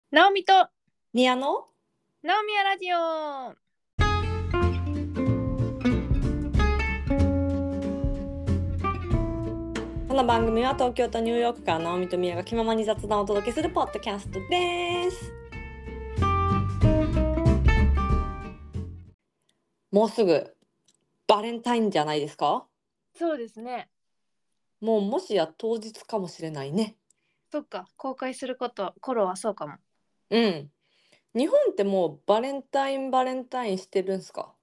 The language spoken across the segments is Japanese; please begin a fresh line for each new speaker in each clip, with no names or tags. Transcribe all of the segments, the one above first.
ナオミと
宮野
ナオミヤラジオ。
この番組は東京とニューヨークからナオミと宮が気ままに雑談をお届けするポッドキャストです。もうすぐバレンタインじゃないですか。
そうですね。
もしや当日かもしれないね。
そっか、公開する頃はそうかも。
うん。日本ってもうバレンタインしてるんすか？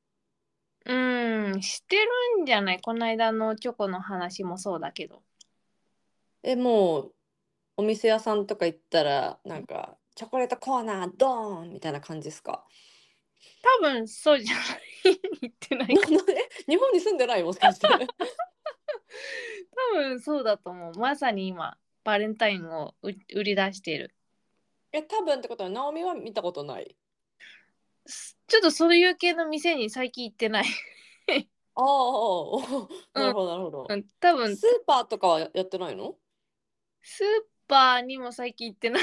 してるんじゃない？この間のチョコの話もそうだけど。
もうお店屋さんとか行ったらなんかチョコレートコーナードーンみたいな感じですか？
多分そうじゃない。言ってないか。
日本に住んでないもしかして。
多分そうだと思う。まさに今、バレンタインを売り出している。
多分ってことはナオミは見たことない。
ちょっとそういう系の店に最近行ってない。
ああ、な
うん、
るほどなるほど。
多分
スーパーとかはやってないの？
スーパーにも最近行ってない。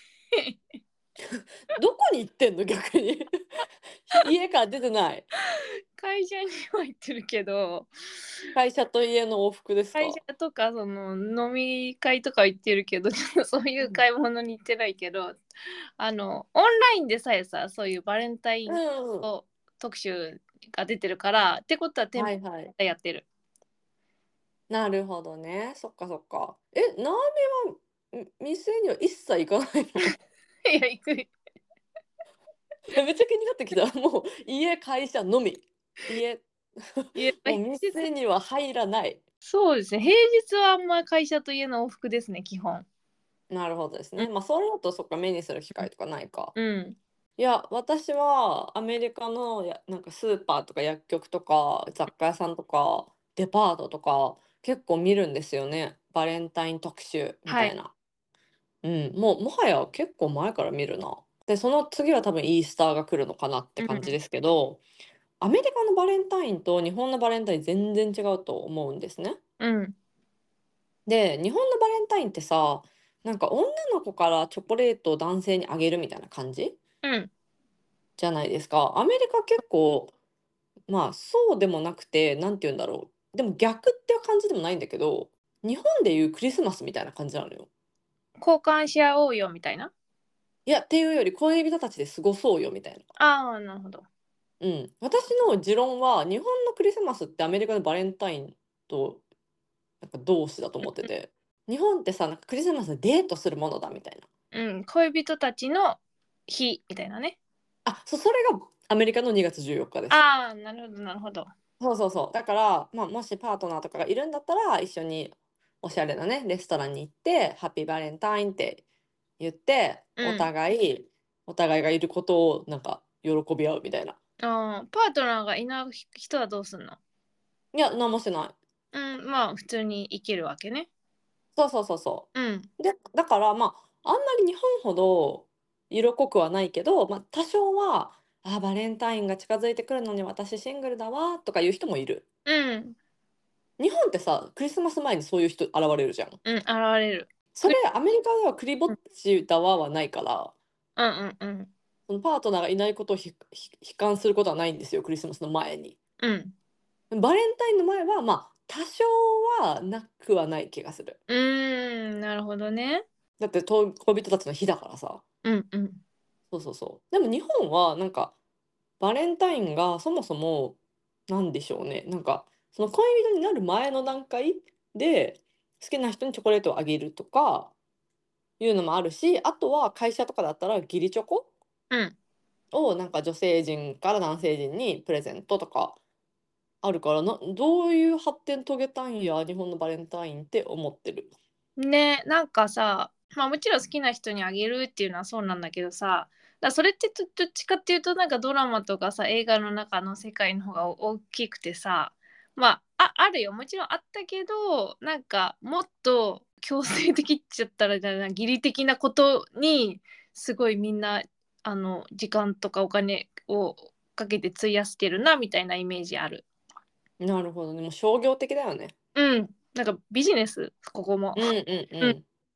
どこに行ってんの逆に。家から出てない。
会社には行ってるけど、
会社と家の往復です
会社
か？
とかその飲み会とか行ってるけど、ちょっとそういう買い物に行ってないけど、オンラインでさえさ、そういうバレンタイ
う
ン
ん。
特集が出てるから、ってことは店舗
はいはい。
でやってる。
なるほどね。そっかそっか。ナオミは店には一切行かないの？
いや、行く。
めっちゃ気になってきた。もう家、会社のみ。家、
いや、
もう
平日、
店には入らない。
そうですね。平日はあんま会社と家の往復ですね、基本。
なるほどです
うん。
ね。まあそれだとそっか目にする機会とかないか。
うん。
いや、私はアメリカのなんかスーパーとか薬局とか雑貨屋さんとかデパートとか結構見るんですよね。バレンタイン特集み
はい。
たいな。うん、もはや結構前から見るな。で、その次は多分イースターが来るのかなって
うん。
感じですけど、アメリカのバレンタインと日本のバレンタイン全然違うと思うんですね。
うん。
で、日本のバレンタインってさ、なんか女の子からチョコレートを男性にあげるみたいな感じ
うん。
じゃないですか。アメリカ結構まあ、そうでもなくて、なんて言うんだろう。でも逆っていう感じでもないんだけど、日本でいうクリスマスみたいな感じなのよ。
交換し合おうよみたいな。
いや、っていうより恋人たちで過ごそうよみたいな。
ああ、なるほど。
うん。私の持論は、日本のクリスマスってアメリカのバレンタインとなんか同志だと思ってて、日本ってさ、なんかクリスマスでデートするものだみたいな。
うん。恋人たちの日みたいなね。
それがアメリカの2月14日です。
ああ、なるほど、なるほど。
そうそうそう。だから、まあ、もしパートナーとかがいるんだったら、一緒におしゃれなね、レストランに行って、ハッピーバレンタインって言って、
うん。
お互いがいることをなんか喜び合うみたいな。
ああ、パートナーがいない人はどうすんの？
いや、何もしてない。
うん、まあ、普通に生きるわけね。
そうそうそうそ
うん。
う。で、だからまあ、あんまり日本ほど色濃くはないけど、まあ、多少は、バレンタインが近づいてくるのに私シングルだわとかいう人もいる。
うん。
日本ってさ、クリスマス前にそういう人現れるじゃん。
うん、現れる。
それアメリカではクリぼっ
うん、
ちだわはないから、
うん、うん。
そのパートナーがいないことを悲観することはないんですよ、クリスマスの前に。
うん。
バレンタインの前は、まあ、多少はなくはない気がする。
うーん、なるほどね。
だって恋人たちの日だからさ。
うん、うん。
そうそうそう。でも日本は、なんか、バレンタインがそもそも、なんでしょうね。なんか、その恋人になる前の段階で、好きな人にチョコレートをあげるとか、いうのもあるし、あとは会社とかだったら義理チョコ
うん。
をなんか女性陣から男性陣にプレゼントとかあるからどういう発展遂げたんや日本のバレンタインって思ってる。
ね、なんかさ、まあもちろん好きな人にあげるっていうのはそうなんだけどさ、それってどっちかっていうとなんかドラマとかさ、映画の中の世界の方が大きくてさ、まあ、あるよ。もちろんあったけど、なんかもっと強制的っちゃったらじゃない、義理的なことにすごいみんな時間とかお金をかけて費やしてるなみたいなイメージある。
なるほどね。もう商業的だよね。
うん。なんかビジネス、ここも。
うんうんう
うん。
ん。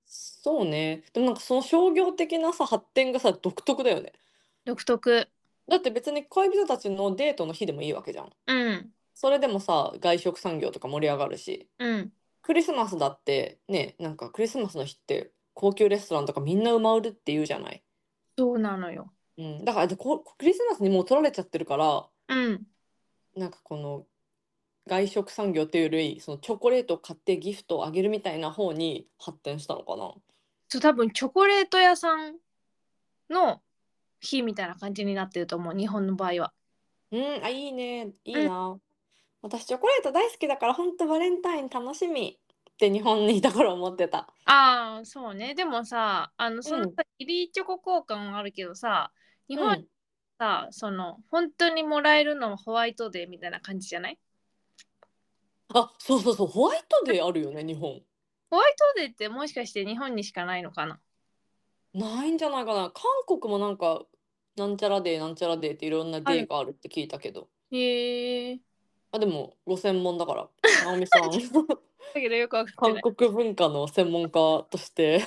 そうね。でもなんかその商業的なさ、発展がさ、独特だよね。
独特。
だって別に恋人たちのデートの日でもいいわけじゃん。
うん。
それでもさ、外食産業とか盛り上がるし、
うん。
クリスマスだってね、なんかクリスマスの日って高級レストランとかみんな埋まるって言うじゃない。
そうなのよ。
うん、だからクリスマスにもう取られちゃってるから、
うん。
なんかこの外食産業っていうより、そのチョコレートを買ってギフトをあげるみたいな方に発展したのかな。
そう、多分チョコレート屋さんの日みたいな感じになってると思う、日本の場合は。
うん、あ、いいね、い
うん。
いな。私チョコレート大好きだから本当バレンタイン楽しみって日本にいた頃思ってた。
ああ、そうね。でもさ、そのさ、
うん、
義理チョコ交換はあるけどさ、日本
うん。
さ、本当にもらえるのはホワイトデーみたいな感じじゃない？
あ、そうそうそう、ホワイトデーあるよね、日本。
ホワイトデーってもしかして日本にしかないのかな？
ないんじゃないかな。韓国もなんか、なんちゃらデー、なんちゃらデーっていろんな
ある。
デーがあるって聞いたけど。
へえ。
あ、でも、ご専門だから、直美さん、
だけどよくわかってない。
韓国文化の専門家として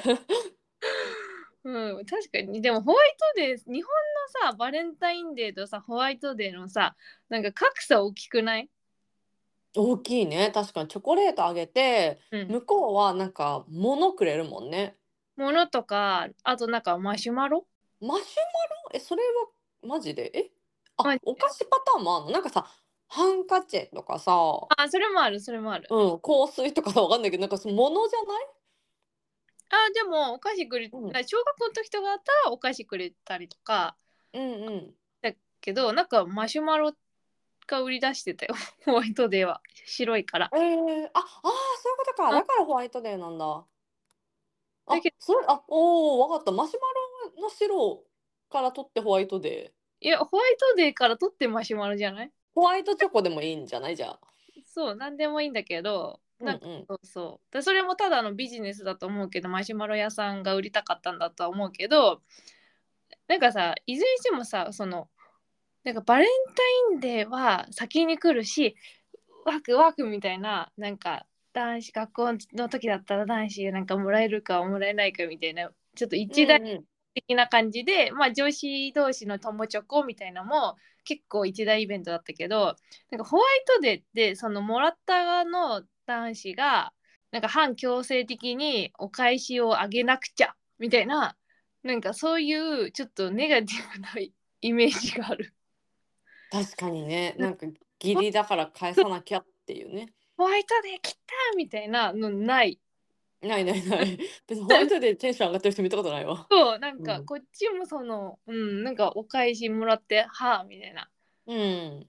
うん、確かに。でもホワイトデー、日本のさ、バレンタインデーとさ、ホワイトデーのさ、なんか格差大きくない？
大きいね。確かにチョコレートあげて、
うん。
向こうはなんか物くれるもんね。
ものとか、あとなんかマシュマロ。
マシュマロそれはマジであ、お
マジで。
菓子パターンもあんの？なんかさ、ハンカチとかさ、
あ、それもある、それもある。
うん、香水とかさ、わかんないけど、なんかその物じゃない？
あ、でもお菓子くれ、
うん。
小学校の時とかだったらお菓子くれたりとか、
うんうん。
だけど、なんかマシュマロが売り出してたよ、ホワイトデーは。白いから。
あ、そういうことか。
あ、
だからホワイトデーなんだ。あ、
だけど、
わかった。マシュマロの白から取ってホワイトデー。
いや、ホワイトデーから取ってマシュマロじゃない？
ホワイトチョコでもいいんじゃない？じゃあ。
そう、なんでもいいんだけど、なんか
うんうん。
そうそう。でそれもただのビジネスだと思うけど、マシュマロ屋さんが売りたかったんだとは思うけど、なんかさ、いずれにしてもさ、なんかバレンタインデーは先に来るし、ワクワクみたいな、なんか男子、学校の時だったら男子なんかもらえるかもらえないかみたいな、ちょっと
う
一大
んうん。
的な感じで、まあ女子同士の友チョコみたいなのも結構一大イベントだったけど、なんかホワイトデーってそのもらった側の男子がなんか反強制的にお返しをあげなくちゃみたいな、なんかそういうちょっとネガティブなイメージがある。
確かにね、なんか義理だから返さなきゃっていうね。
ホワイトデー来たみたいなのない。
ないないない。別にホワイトデーテンション上がってる人見たことないわ。
そう、なん
うん。
かこっちもなんかお返しもらって、はあ、みたいな、
うん。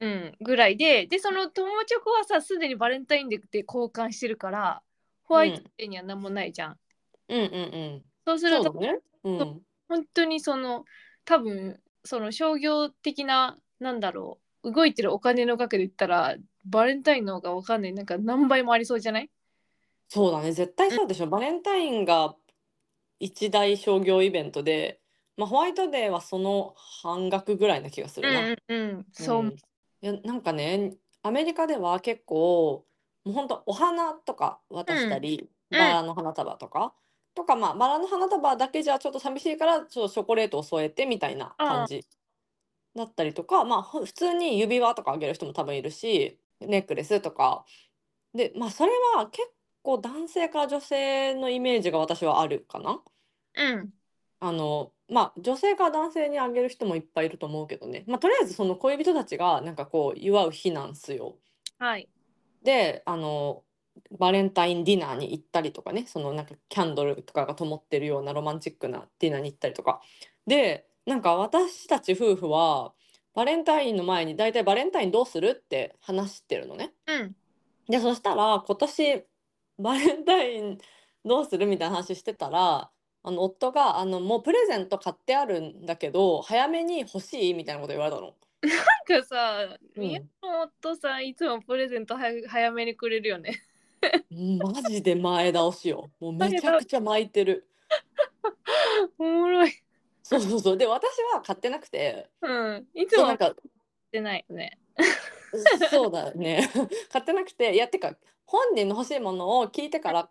ぐらいで、その友チョコはさ、すでにバレンタインデーで交換してるから、ホワイト
うん。
デーには何もないじゃん。
うんうんうん。
そうすると、
そうだね。う
そう
ん。
本当に多分、その商業的な、なんだろう、動いてるお金の額で言ったら、バレンタインの方がわかんない、なんか何倍もありそうじゃない？
そうだね、絶対
うん、
そうでしょ。バレンタインが一大商業イベントで、まあ、ホワイトデーはその半額ぐらいな気がするな。
うんうんうん、そう思
うん。いや、なんかね、アメリカでは結構、もうほんとお花とか
う。
渡
うん、
したり、バ
うん、
ラの花束とか、まあ、バラの花束だけじゃちょっと寂しいから、ちょっとチョコレートを添えてみたいな感
ああ、
じだったりとか、まあ、普通に指輪とかあげる人も多分いるし、ネックレスとか。で、まあ、それは結構男性から女性のイメージが私はあるかな。
うん、
まあ、女性から男性にあげる人もいっぱいいると思うけどね。まあ、とりあえずその恋人たちがなんかこう祝う日なんすよ。
はい。
で、バレンタインディナーに行ったりとかね、そのなんかキャンドルとかが灯ってるようなロマンチックなディナーに行ったりとか。で、なんか私たち夫婦は、バレンタインの前にだいたいバレンタインどうするって話してるのね。
うん。
で、そしたら今年バレンタインどうするみたいな話してたら、夫が「もうプレゼント買ってあるんだけど、早めに欲しい？」みたいなこと言われたの。
なんかさ、宮
うん。
の夫さんいつもプレゼント早めにくれるよね。
マジで前倒しよ。もうめ
前だ。
ちゃくちゃ巻いてる。
おもろい。
そうそうそう。で、私は買ってなくて、
うん。いつ
そう、
も買っ
なんか、
てないよね。
そうだね。買ってなくて、いや、てか、本人の欲しいものを聞いてから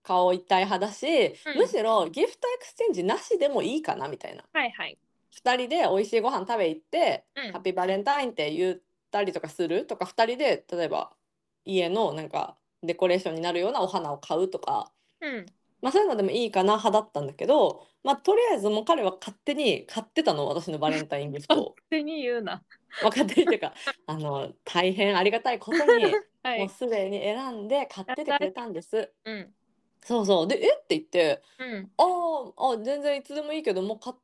顔一体派だし、
うん
むしろギフトエクスチェンジなしでもいいかなみたいな。
はいはい。
2人で美味しいご飯食べ行って
うん
ハッピーバレンタインって言ったりとかするとか、2人で例えば家のなんかデコレーションになるようなお花を買うとか、
うん。
まあ、そういうのでもいいかな派だったんだけど、まあ、とりあえずもう彼は勝手に買ってたの、私のバレンタインギフト
勝
を。
手に言うな。
まあ、勝手にっていうか大変ありがたいことにもう
はい。
すでに選んで買っててくれたんです。
うん。
そうそうで「えっ?」て言って
うん。
「ああ、全然いつでもいいけど、もう買って」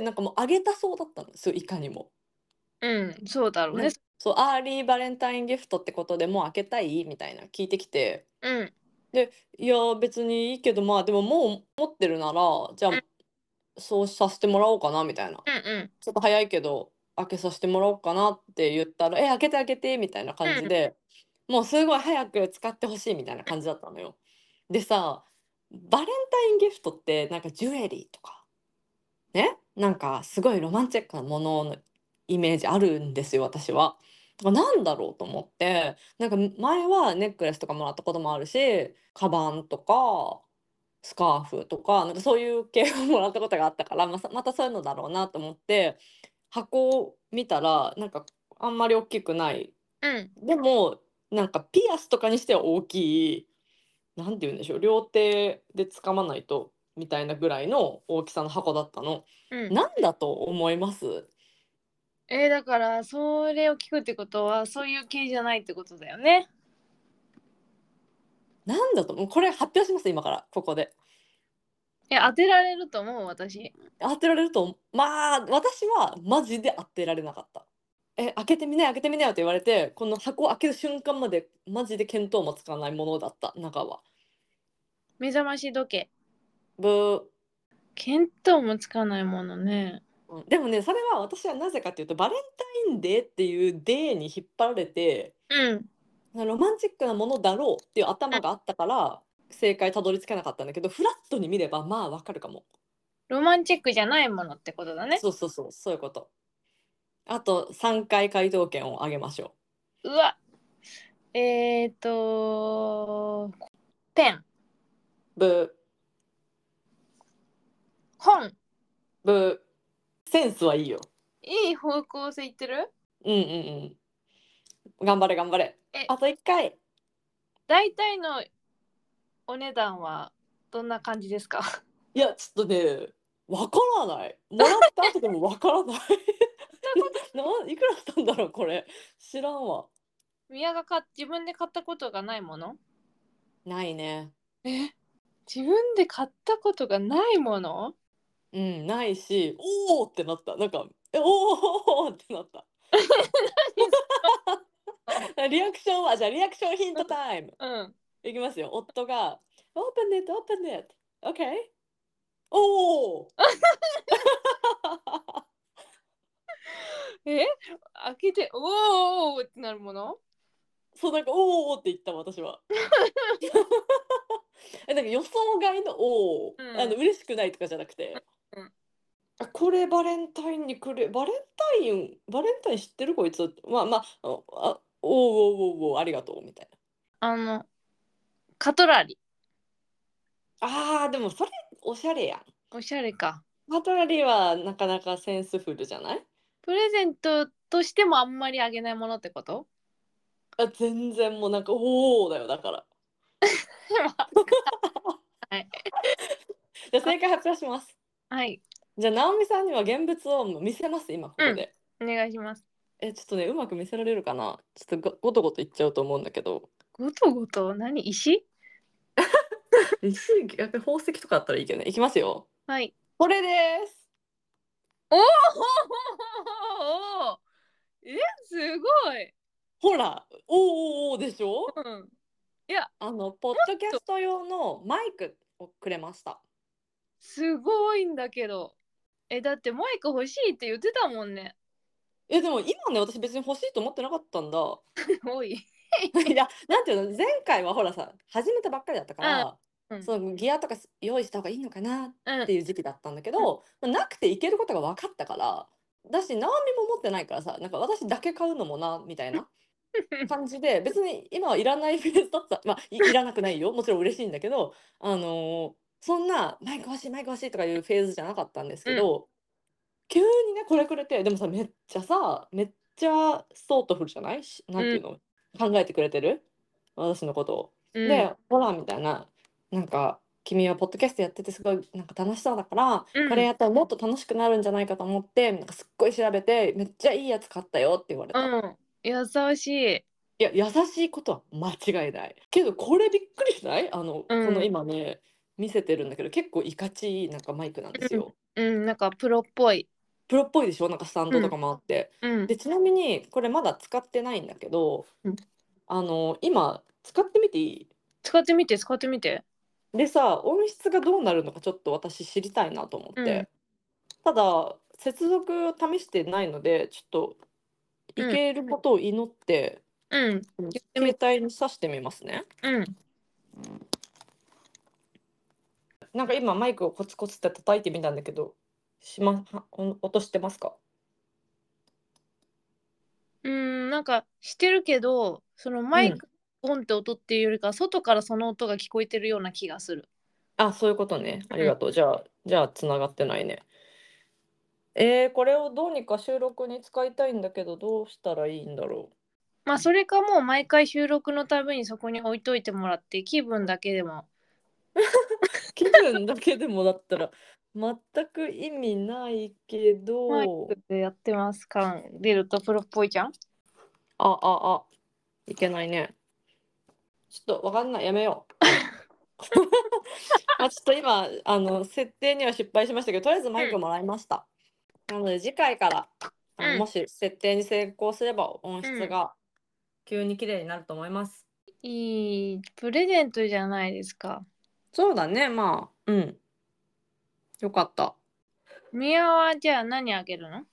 なんかもうあげたそうだったんですよ、いかにも。
うん。そうだろうね。
そう、アーリーバレンタインギフトってことでもう開けたいみたいな聞いてきて、
うん。
で、いや別にいいけど、まあでももう持ってるなら、じゃ
うん。
あそうさせてもらおうかなみたいな。
うん。
ちょっと早いけど、開けさせてもらおうかなって言ったら、開けて開けてみたいな
うん。
感じで、もうすごい早く使ってほしいみたいな感じだったのよ。でさ、バレンタインギフトってなんかジュエリーとかね、なんかすごいロマンチックなもののイメージあるんですよ、私は。なんだろうと思って、なんか前はネックレスとかもらったこともあるし、カバンとかスカーフとか、なんかそういう系をもらったことがあったから、またそういうのだろうなと思って、箱を見たら、なんかあんまり大きくない。
うん。
でも、なんかピアスとかにしては大きい、なんて言うんでしょう、両手で掴まないとみたいなぐらいの大きさの箱だったの。
うん。
なんだと思います？
だからそれを聞くってことはそういう系じゃないってことだよね。
なんだと思う？これ発表します、今から、ここで。
当てられると思う私。
当てられると、まあ、私はマジで当てられなかった。開けてみなよ、開けてみなよって言われて、この箱を開ける瞬間までマジで見当もつかないものだった、中は。
目覚まし時計。
ブー。
見当もつかないものね。
でもね、それは私はなぜかっていうと、バレンタインデーっていうデーに引っ張られて、
うん。
ロマンチックなものだろうっていう頭があったから、正解たどり着けなかったんだけど、フラットに見ればまあわかるかも。
ロマンチックじゃないものってことだね。
そうそうそう、そういうこと。あと3回回答権をあげましょ
うわ。えっ、ー、と、ペン、
う。ブ
本。
ー、ブー。センスはいいよ。
いい方向性いってる？
うんうんうん。頑張れ頑張れ。
え、
あと1回。
大体のお値段はどんな感じですか？
いや、ちょっとね、わからない。もらった後でもわからない。いくらだったんだろう、これ。知らんわ。
宮が自分で買ったことがないもの？
ないね。
え、自分で買ったことがないもの？
うん、ないし、おおってなった。なんか、おおってなった。
何そ
リアクションは、じゃあリアクションヒント
の
タイム。
うん。
いきますよ。夫が、Open it, open it. OK? おお。
え、開けて、おーってなるもの？
そう、なんか、おおって言った私は。なんか予想外のおお。
うん。
嬉しくないとかじゃなくて、
うん。
これバレンタインにくれ、バレンタイン知ってるこいつ。まあまあ、おーありがとうみたいな。
あの、カトラリ
あー、でもそれおしゃれやん。
ー。おしゃれか。
カトラリーはなかなかセンスフルじゃない？
プレゼントとしてもあんまりあげないものってこと？
全然もうなんか、おおだよ、だから。
はい。
じゃあ正解発表します。
はい。
じゃあ直美さんには現物を見せます、今こ
うん。
こで。
お願いします。
ちょっとね、うまく見せられるかな。ちょっとごとごと言っちゃうと思うんだけど。
ごとごと何石？
逆に宝石とかあったらいいけどね。いきますよ。
はい。
これです。
おおえ、すごい。
ほら、おーおーおーでしょ？
うん。いや、
ポッドキャ
と
スト用のマイクをくれました。
すごいんだけど。だってマイク欲しいって言ってたもんね。
でも今ね、私別に欲しいと思ってなかったんだ。
おい。
いや、なんていうの、前回はほらさ、始めたばっかりだったか
うん。
ら、
うん。
そのギアとか用意した方がいいのかなっ
うん。
ていう時期だったんだけど、なくていけることが分かったから、だし、ナオミも持ってないからさ、なんか私だけ買うのもな、みたいな。 感じで、別に今はいらないフェーズだった、まあ、いらなくないよ。もちろん嬉しいんだけど、そんなマイク欲しいマイク欲しいとかいうフェーズじゃなかったんです
うん。
けど、急にね、これくれて、でもさ、めっちゃソートフルじゃない？なん
うん。
ていうの、考えてくれてる？私のことを。
うん。
で、ほらみたいな、なんか「君はポッドキャストやっててすごいなんか楽しそうだから、
うん。
これやったらもっと楽しくなるんじゃないかと思って、なんかすっごい調べて、めっちゃいいやつ買ったよ」って言われた。
うん。優しい。
いや、優しいことは間違いない。けどこれびっくりしない？
う
この
ん。
今ね、見せてるんだけど、結構いかちいなんかマイクなんです
うん。
よ。
うん。なんかプロっぽい。
プロっぽいでしょ？なんかスタンド
うん。
とかもあって。
うん。
で、ちなみにこれまだ使ってないんだけど、
うん。
今使ってみていい？
使ってみて、使ってみて。
でさ、音質がどうなるのかちょっと私知りたいなと思っ
うん。
て。ただ、接続試してないので、ちょっとい
うん。
けることを祈って、
うん。言ってみ
携
て。
帯に挿してみますね。
うん。
なんか今マイクをコツコツって叩いてみたんだけど、音してますか？
なんかしてるけど、その
うん。
マイクポンって音っていうよりか、外からその音が聞こえてるような気がする。
あ、そういうことね。あり
うん。
がとう。じゃあ繋がってないね。これをどうにか収録に使いたいんだけど、どうしたらいいんだろう。
まあ、それかもう毎回収録のたびにそこに置いといてもらって、気分だけでも。
気分だけでもだったら全く意味ないけ
マイ
ど、
クでやってます感出るとプロっぽいじゃん。
いけないね。ちょっとわかんない、やめよう。まあ、ちょっと今、設定には失敗しましたけど、とりあえずマイクもらいました。なので次回から、
うん。
もし設定に成功すれば音
うん。
質が急に綺麗になると思います。
いいプレゼントじゃないですか。
そうだね、まあ、うん、よかった。
ミアはじゃあ何あげるの？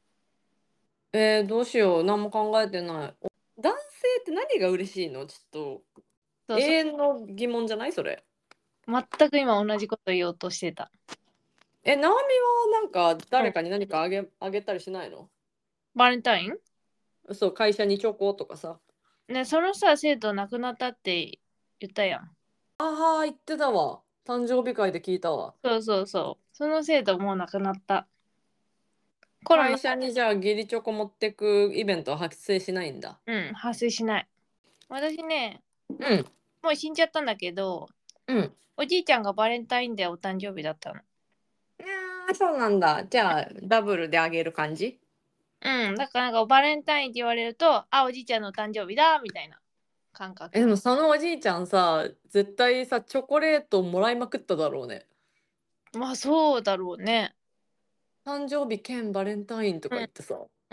どうしよう、何も考えてない。男性って何が嬉しいの？ちょっと
そうそう。
永遠の疑問じゃない？それ。
全く今同じこと言おうとしてた。
ナオミはなんか
うん。
誰かに何かあげたりしないの？
バレンタイン
そう、会社にチョコとかさ。
ね、そのさ、生徒亡くなったって言ったやん。
ああ、言ってたわ。誕生日会で聞いたわ。
そうそうそう。その生徒もう亡くなった。コロナ、
会社にじゃあ義理チョコ持ってくイベントは発生しないんだ。
うん、発生しない。私ね、
うん、
もう死んじゃったんだけど、
うん。
おじいちゃんがバレンタインデーお誕生日だったの。
いやそうなんだ。じゃあ、ダブルであげる感じ？
うん、だからなんかバレンタインって言われると、あ、おじいちゃんのお誕生日だみたいな感覚。
でもそのおじいちゃんさ、絶対さ、チョコレートもらいまくっただろうね。
まあそうだろうね。
誕生日兼バレンタインとか
うん、
言ってさ、
うん、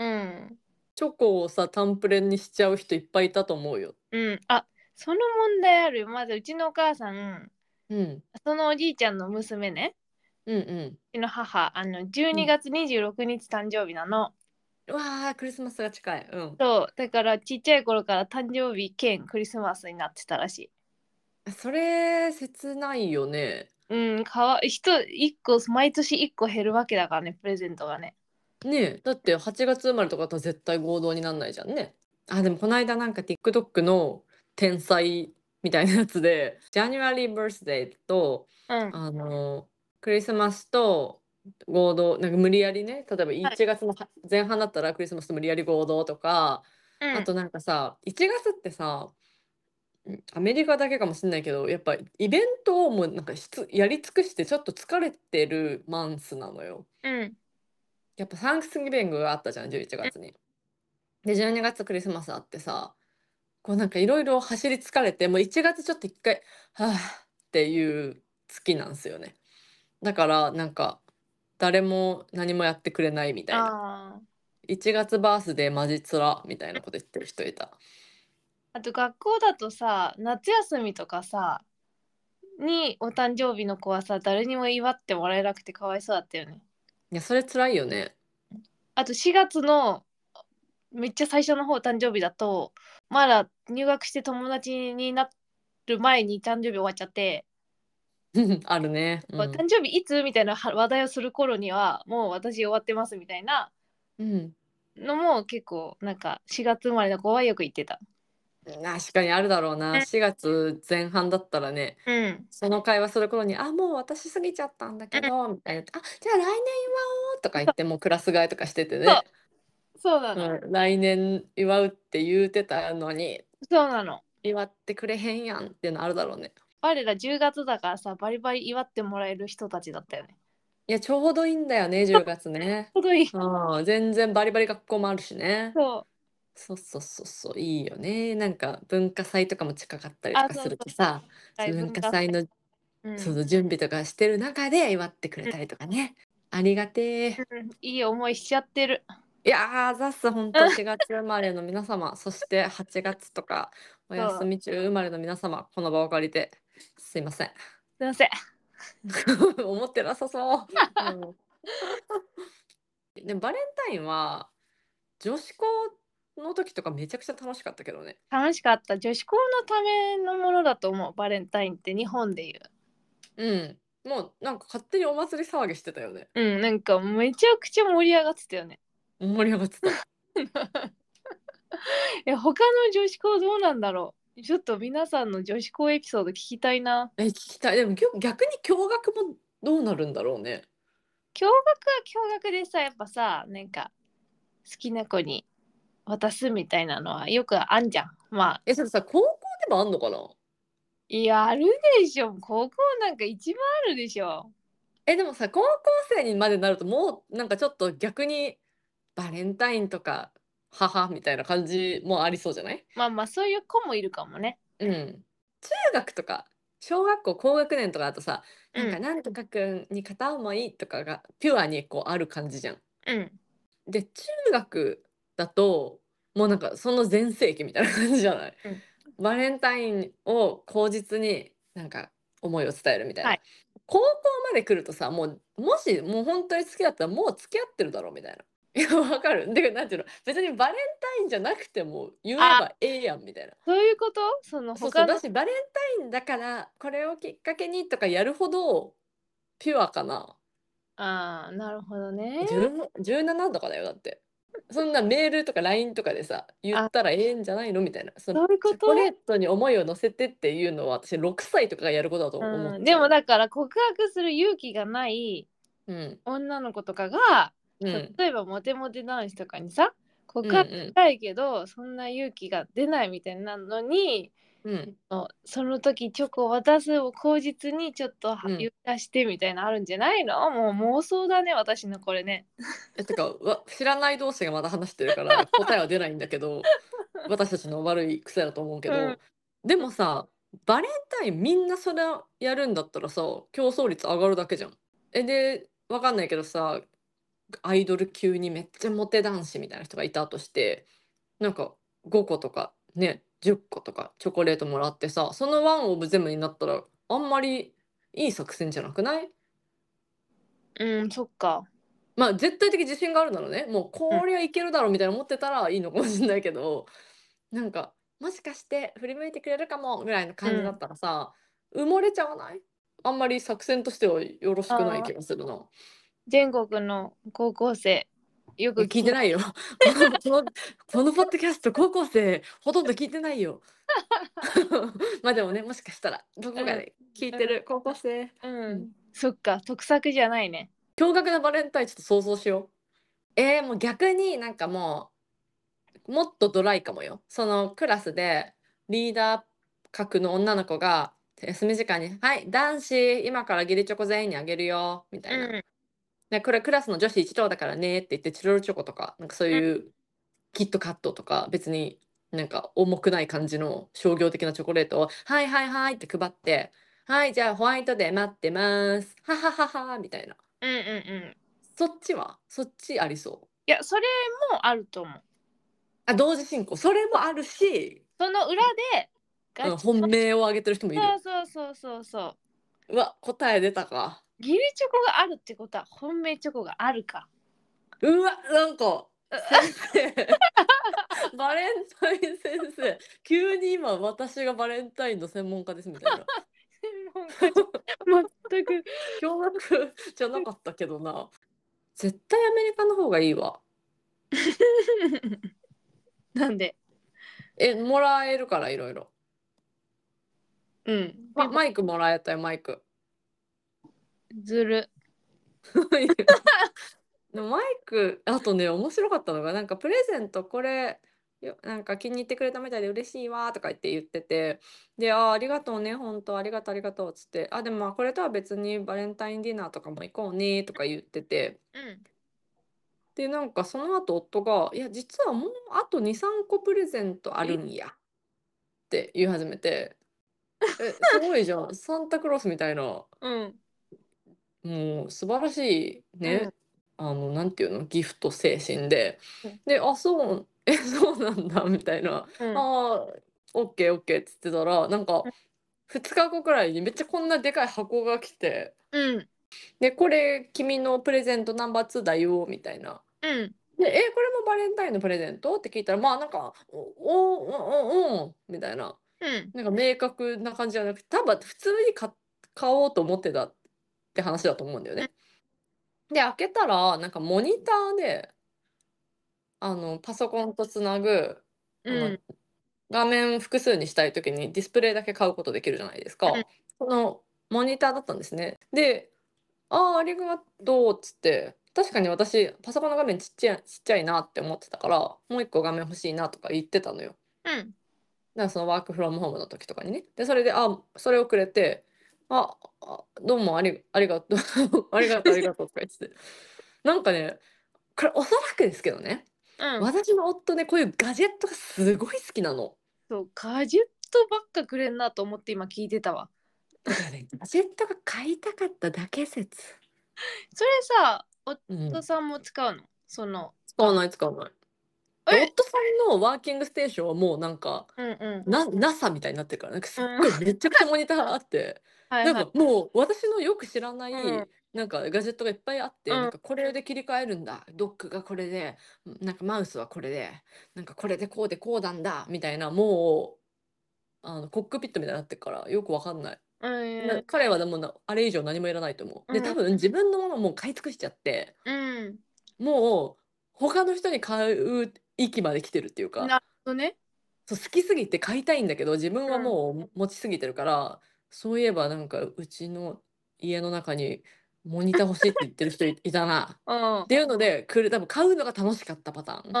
チョコをさ、タンプレにしちゃう人いっぱいいたと思うよ。
うん。あ、その問題あるよ。まずうちのお母さん、
うん、
そのおじいちゃんの娘ね、
うん、うん。
うちの母、12
うん。
月26日誕生日なの。
うわあ、クリスマスが近い。うん。
そう、だからちっちゃい頃から誕生日兼クリスマスになってたらしい。
それ、切ないよね。
うん、一個、毎年一個減るわけだからね、プレゼントがね。
ねえ、だって8月生まれとかだったら絶対合同になんないじゃんね。あ、でもこの間なんか TikTok の天才みたいなやつで、January birthday と、
うん。
あの、クリスマスと合同、なんか無理やりね、例えば
はい。
1月の前半だったらクリスマスと無理やり合同とか、
うん。
あとなんかさ、1月ってさ、アメリカだけかもしれないけど、やっぱイベントをもうなんかやり尽くしてちょっと疲れてるマンスなのよ。
うん。
やっぱサンクスギビングがあったじゃん、11月に。で、12月クリスマスあってさ、こうなんかいろいろ走り疲れて、もう1月ちょっと一回、はぁっていう月なんですよね。だからなんか、誰も何もやってくれないみたいな。
ああ。
1月バースデーマジつらみたいなこと言ってる人いた。
あと学校だとさ、夏休みとかさ、にお誕生日の子はさ、誰にも祝ってもらえなくてかわいそうだったよね。
いや、それ辛いよね。
あと4月のめっちゃ最初の方誕生日だと、まだ入学して友達になる前に誕生日終わっちゃって、
あるね。うん。
誕生日いつみたいな話題をする頃には、もう私終わってますみたいな
うん。
のも結構なんか4月生まれの子はよく言ってた。
確かにあるだろうな。4月前半だったらね、
うん。
その会話する頃に、あ、もう私過ぎちゃったんだ
うん。
けど、みたいな。あ、じゃあ来年祝おうとか言って、もうクラス替えとかしてて
そう、
ね。
そうなの。
うん、来年祝うって言うてたのに、
そうなの。
祝ってくれへんやんっていうのあるだろうね。
我ら10月だからさ、バリバリ祝ってもらえる人たちだったよね。
いや、ちょうどいいんだよね、10月ね。
ちょうどいい。
うん、全然バリバリ学校もあるしね。
そう。
そうそうそうそう、いいよね。なんか文化祭とかも近かったりと
あ、
かする
そうそう。
とさ、
大
文
文化祭。
化祭の
うん。
その準備とかしてる中で祝ってくれ
うん。
たりとかね。ありがてえ。
うん、いい思いしちゃってる。
いやー、ザッスほんと4月生まれの皆様、そして8月とかお
そう。
休み中生まれの皆様、この場を借りてすいません。
すいません。
思ってなさそう。うん。でもバレンタインは女子校の時とかめちゃくちゃ楽しかったけどね。
楽しかった。女子校のためのものだと思う。バレンタインって日本でいう。
うん。もうなんか勝手にお祭り騒ぎしてたよね。
うん、なんかめちゃくちゃ盛り上がってたよね。
盛り上がってた。
他の女子校どうなんだろう。ちょっと皆さんの女子校エピソード聞きたいな。
聞きたい。でも逆に共学もどうなるんだろうね。
共学は共学でさ、やっぱさ、なんか好きな子に渡すみたいなのはよくあんじゃん。まあ、
それさ、高校でもあんのかな？
いや、あるでしょ。高校なんか一番あるでしょ。
でもさ、高校生にまでなるともうなんかちょっと逆にバレンタインとか母みたいな感じもありそうじゃない？
まあまあ、そういう子もいるかもね。
うん。中学とか小学校高学年とかだとさ、なんか
うん、
なんとかくんに片思いとかがピュアにこうある感じじゃん。
うん。
で、中学だともうなんかその全盛期みたいな感じじゃない？
うん。
バレンタインを口実になんか思いを伝えるみたいな。
はい。
高校まで来るとさ、もうもしもう本当に好きだったらもう付き合ってるだろうみたいな。いや、わかる。で、なんていうの、別にバレンタインじゃなくても言え
あ、
ばええやんみたいな。
そういうこと。その
そうそう、
他の。
だしバレンタインだからこれをきっかけにとかやるほどピュアかな。
ああ、なるほどね。
17とかだよ、だって。そんなメールとか LINE とかでさ、言っ
あ、
たらええんじゃないのみたいな。その
そういうこと。
チョコレートに思いを乗せてっていうのは私6歳とかがやることだと思っ
うん、
ちゃう。
でもだから告白する勇気がない
うん。
女の子とかが、
うん。
例えばモテモテ男子とかにさ、
うん
告白し
う
たいけどそんな勇気が出ないみたいなのに、
ん。うん。
その時チョコを渡すを口実にちょっと
うん。
言い出してみたいなのあるんじゃないの？もう妄想だね、私のこれね。
てか、知らない同士がまだ話してるから答えは出ないんだけど、私たちの悪い癖だと思うけ
うん。
ど、でもさ、バレンタインみんなそれやるんだったらさ、競争率上がるだけじゃん。で、わかんないけどさ、アイドル級にめっちゃモテ男子みたいな人がいたとして、なんか5個とかね、10個とかチョコレートもらってさ、そのワンオブゼムになったら、あんまりいい作戦じゃなくない？
うん、そっか。
まあ絶対的自信があるならね、もう
うん。
こりゃいけるだろうみたいな思ってたらいいのかもしれないけど、なんかもしかして振り向いてくれるかもぐらいの
うん。
感じだったらさ、埋もれちゃわない？あんまり作戦としてはよろしくない
あー、
気がするな。
全国の高校生、よく聞きま
聞いてないよ。このポッドキャスト高校生ほとんど聞いてないよ。まあでもね、もしかしたらど
す。うん。
こかで聞いてる高校生。
うん。
うん。
そっか、得策じゃないね。
驚愕なバレンタインちょっと想像しよう。もう逆になんかもっとドライかもよ。そのクラスでリーダー格の女の子が休み時間に「はい、男子、今から義理チョコ全員にあげるよ」みたいな。
うん。
で、これクラスの女子一同だからねって言ってチロルチョコとか、なんかそう
うん。
いうキットカットとか別になんか重くない感じの商業的なチョコレートを「はいはいはい」って配って「はい、じゃあホワイトデー待ってます。はははは」みたいな。
うん。うん。うん。
そっちありそう。
いや、それもあると思う。
あ、同時進行。それもあるし、
その裏で、ガ
うん、
チ、
本命を挙げてる人もいる。
そうそうそうそうそう。
うわ、答え出たか。
義理チョコがあるってことは、本命チョコがあるか。
うわ、なんか、先生、バレンタイン先生、急に今私がバレンタインの専門家ですみたいな。
専門家じゃ全く。
驚愕じゃなかったけどな。絶対アメリカの方がいいわ。
なんで？
もらえるからいろいろ。
うん。ピンポ
マイクもらえたよ、マイク。
ンずる。
でもマイク、あとね、面白かったのが、なんかプレゼントこれ、なんか気に入ってくれたみたいで嬉しいわとか言ってて、で、ありがとうね、本当ありがとうありがとうっつって、でもまあこれとは別にバレンタインディナーとかも行こうねとか言ってて、
うん。
で、なんかその後夫が、いや、実はもうあと2、3個プレゼントあ
え、
るんやって言い始めて、すごいじゃん。サンタクロースみたいな、
うん。
もう素晴らしい
うん。
ね、なんていうの、ギフト精神で。
うん。
で、そうなんだ、みたいな。
うん。
あオッケーオッケーっつってたら、なんか、2日後くらいにめっちゃこんなでかい箱が来て、
うん。
で、これ君のプレゼントナンバー2だよ、みたいな。
うん。
で、これもバレンタインのプレゼントって聞いたら、まあなんか、みたいな。
うん。
なんか明確な感じじゃなくて、多分普通に買おうと思ってたって話だと思うんだよね。で、開けたら、なんかモニターで、パソコンとつなぐ、
うん。
画面複数にしたいときにディスプレイだけ買うことできるじゃないですか。そのモニターだったんですね。で、ありがとうっつって、確かに私、パソコンの画面ちっちゃいなって思ってたから、もう一個画面欲しいなとか言ってたのよ。
うん。
だからそのワークフロムホームの時とかにね。で、それで、それをくれて、どうもありがとう、ありがとう、ありがとうとか言ってて。なんかね、これおそらくですけどね、
うん。
私の夫ね、こういうガジェットがすごい好きなの。
そう、ガジェットばっかくれんなと思って今聞いてたわ。
だからね、ガジェットが買いたかっただけ説。
それさ、
うん。
夫さんも使うの？その、
使わない、使わない。
え、
夫さんのワーキングステーションはもうなんか、
うんうん。
NASA みたいになってるから、なんかすっ
うん。
ごいめちゃくちゃモニターがあって、
はいはい。
なんかもう私のよく知らな
うん。
い、なんかガジェットがいっぱいあって、なん
うん。
かこれで切り替えるんだ。ドックがこれで、なんかマウスはこれで、なんかこれでこうなんだ、みたいな、もう、コックピットみたいになってるからよくわかんない。彼はでもあれ以上何もいらないと思う。で、
うん。
多分自分のものもう買い尽くしちゃって、
うん。
もう他の人に買う域まで来てるっていうか、
なるほどね。
そう好きすぎて買いたいんだけど、自分は
うん。
もう持ちすぎてるから、そういえばなんかうちの家の中にモニター欲しいって言ってる人いたな。
うん。
っていうので、多分買うのが楽しかったパターン。
うん。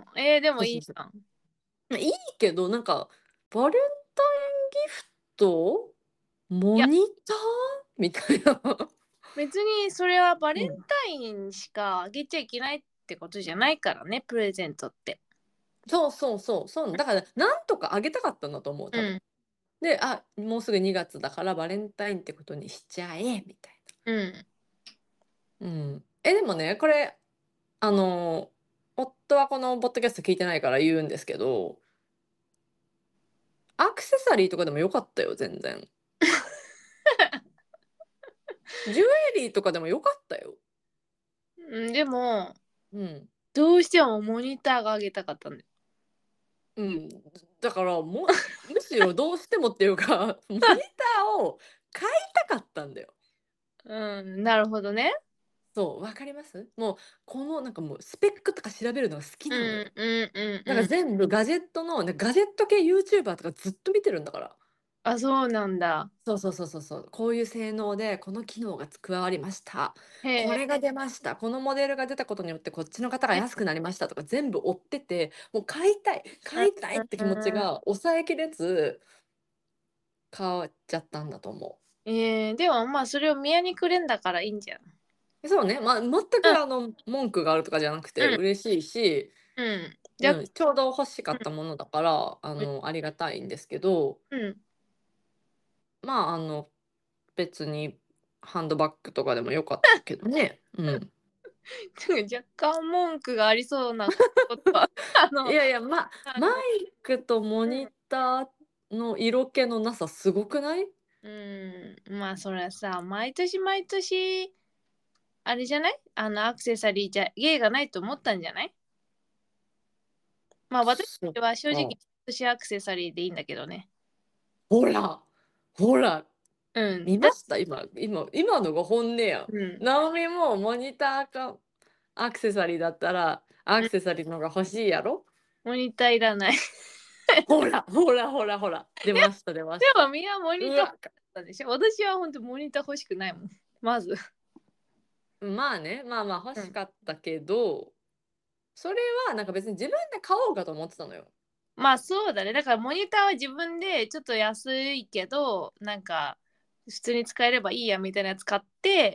でも
そうそうそう。
いいじゃん。
まあいいけど、なんか、バレンタインギフト
いや、
モニターみたいな。
別にそれはバレン
うん、
タインしかあげちゃいけないってことじゃないからね、プレゼントって。
そうそうそう、だから、なんとかあげたかったんだと思う、多分。
うん。
で、もうすぐ2月だからバレンタインってことにしちゃえ、みたい
うん。
な。うん。でもね、これ、あの、夫はこのポッドキャスト聞いてないから言うんですけど、アクセサリーとかでもよかったよ、全然。ジュエリーとかでもよかったよ。
うん、でも、
うん。
どうしてもモニターがあげたかったんだよ。
うん。だから、むしろどうしてもっていうか、モニターを買いたかったんだよ。
うん、なるほどね。
そう、わかります？もう、なんかもうスペックとか調べるのが好き
う
なのよ。
んうんうん
だから
うん。
全部ガジェットの、ガジェット系 YouTuber とかずっと見てるんだから。
あ、そうなんだ。
そう。こういう性能でこの機能が加わりました。
へえ。
これが出ました。このモデルが出たことによってこっちの方が安くなりましたとか全部追ってて、もう買いたいって気持ち
うん。
が抑えきれず買っちゃったんだと思
でもまあそれを宮にくれんだからいいんじゃん。
う。そうね、まあ、全
うん
く文句があるとかじゃなくて
うん
嬉しいし、
うん。じゃ、
うん、ちょうど欲しかったものだからありがたいんですけど、
うん。
まあ別にハンドバッグとかでもよかったけどね。うん。
若干文句がありそうなことは、
いやいや、マ
あの、
イクとモニターの色気のなさすごくない？
まあそれはさ、毎年毎年、あれじゃない？アクセサリーじゃ芸がないと思ったんじゃない？まあ私
そっ
は正直、
か。
毎年アクセサリーでいいんだけどね。
ほら、ほら、
うん。
見ました今のが本音やん。
うん。
ナオミもモニターかアクセサリーだったら、 ア
うん、
クセサリーのが欲しいやろ。
モニターいらない。
ほらほらほらほら、出ました出ました。
でもみんなモニター欲しか
うわ、
ったでしょ。私は本当モニター欲しくないもん。まず。
まあね、まあまあ欲
うん。
しかったけど、それはなんか別に自分で買おうかと思ってたのよ。
まあそうだね。だからモニターは自分でちょっと安いけど、なんか普通に使えればいいやみたいなやつ買って、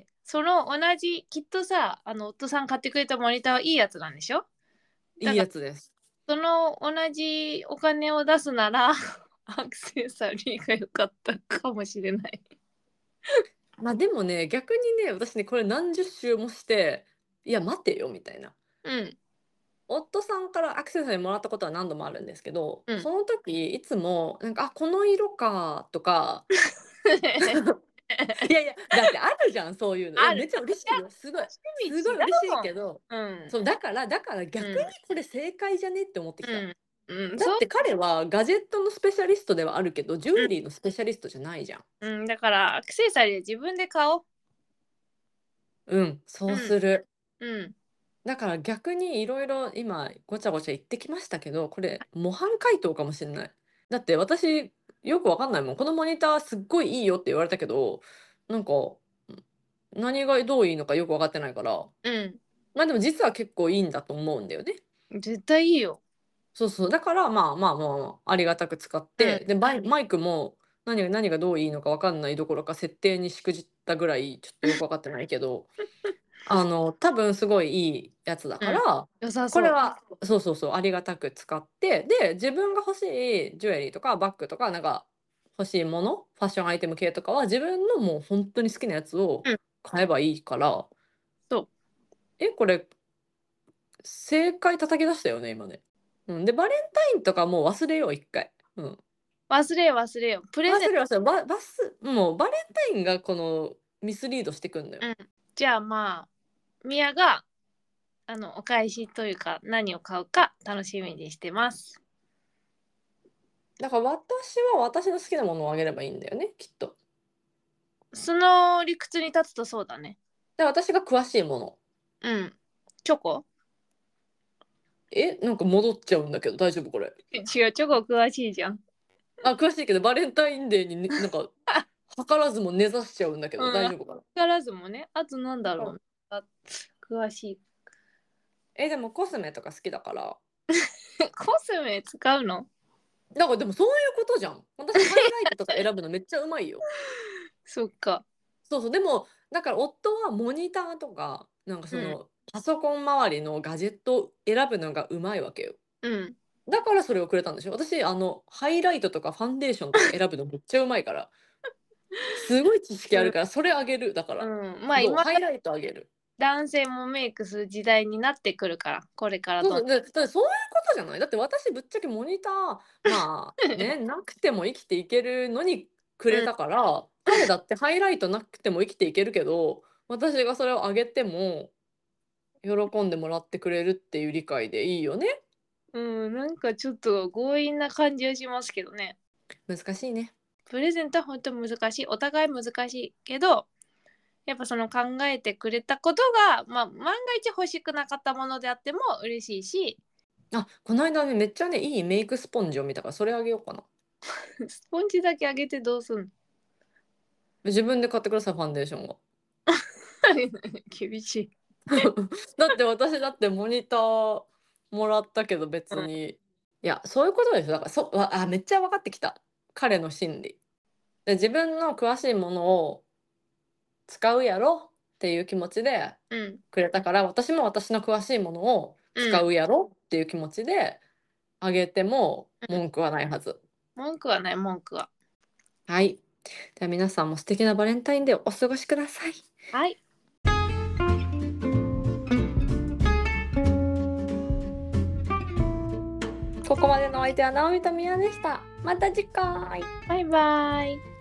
その同じ、きっとさ、夫さん買ってくれたモニターはいいやつなんでしょ。
いいやつです。
その同じお金を出すならアクセサリーが良かったかもしれない。
まあでもね、逆にね、私ね、これ何十周もして、いや待てよみたいな。
うん。
夫さんからアクセサリーもらったことは何度もあるんですけど、
うん。
その時いつもなんか、あ、この色かとか、いやいや、だってあるじゃん、そういうの。いや、
ある。
めっちゃ嬉しいよ。すごい、
趣味違
すごい嬉し
うもん。
いけど、
うん。
そう、だから逆に
うん。
これ正解じゃねって思ってきた。
うん。うん。そう。
だって彼はガジェットのスペシャリストではあるけど、ジュエリーのスペシャリストじゃないじゃん。
うん。だからアクセサリー自分で買おう。
うん、そう
うん。
する。
うん。
だから逆にいろいろ今ごちゃごちゃ言ってきましたけど、これ模範解答かもしれない。だって私よくわかんないもん。このモニターすっごいいいよって言われたけど、なんか何がどういいのかよくわかってないから。
うん。
まあでも実は結構いいんだと思うんだよね。
絶対いいよ。
そうそう。だからまあまあまあありがたく使っ
うん。
て、でマイクも何がどういいのかわかんないどころか設定にしくじったぐらいちょっとよくわかってないけど、多分すごいいいやつだ
うん。
から、
良さそう。
これはそうそうそう、ありがたく使って、で、自分が欲しいジュエリーとかバッグとか、なんか欲しいもの、ファッションアイテム系とかは自分のもう本当に好きなやつを
うん。
買えばいいから、
そう。
これ正解叩き出したよね、今ね。うん、で、バレンタインとかもう忘れよう、一回。うん。
忘れよ忘れよ。プレゼント。
もうバレンタインがこのミスリードしてくんのよ。
うん。じゃあまあ、ミヤが、お返しというか、何を買うか楽しみにしてます。
だから私は私の好きなものをあげればいいんだよね、きっと。
その理屈に立つとそうだね。
で、私が詳しいもの。
うん。チョコ。
なんか戻っちゃうんだけど、大丈夫これ。
違う、チョコ詳しいじゃん。
あ、詳しいけど、バレンタインデーにね、なんか、図らずも根ざしちゃうんだけど、大
うん。
丈夫かな。
からずもね。あとなんだろ
あ
う。あ、詳しい。
でもコスメとか好きだから。
コスメ使うの？
だからでもそういうことじゃん。私ハイライトとか選ぶのめっちゃうまいよ。
そっか。
そうそう。でも、だから夫はモニターとか、なんか
うん。
その、パソコン周りのガジェットを選ぶのがうまいわけよ。
うん。
だからそれをくれたんでしょ。私、ハイライトとかファンデーションとか選ぶのめっちゃうまいから。すごい知識あ
うん。
るから、それあげる。だから。
うん。まあ
どう
今、
ハイライトあげる。
男性もメイクする時代になってくるから、これからどんどん。
そうそう。だってそういうことじゃない。だって私ぶっちゃけモニター、まあね、なくても生きていけるのにく
うん。
れたから、彼だってハイライトなくても生きていけるけど、私がそれをあげても喜んでもらってくれるっていう理解でいいよね。
うん、なんかちょっと強引な感じはしますけどね。
難しいね。
プレゼントは本当難しい。お互い難しいけど、やっぱその考えてくれたことが、まあ、万が一欲しくなかったものであっても嬉しいし、
あ、この間ね、めっちゃね、いいメイクスポンジを見たから、それあげようかな。
スポンジだけあげてどうすんの？
自分で買ってください、ファンデーションが。
厳しい。
だって私だってモニターもらったけど別
うん。
に。いや、そういうことですよ。だからめっちゃ分かってきた。彼の心理。で、自分の詳しいものを使うやろっていう気持ちで
うん。
くれたから、私も私の詳しいものを
うん。
使うやろっていう気持ちであげても
うん。
文句はないはず。
文句はない、文句は。
はい。では皆さんも素敵なバレンタインデーをお過ごしください。
はい。
ここまでのお相手は直美と宮でした。また次回。
バイバイ。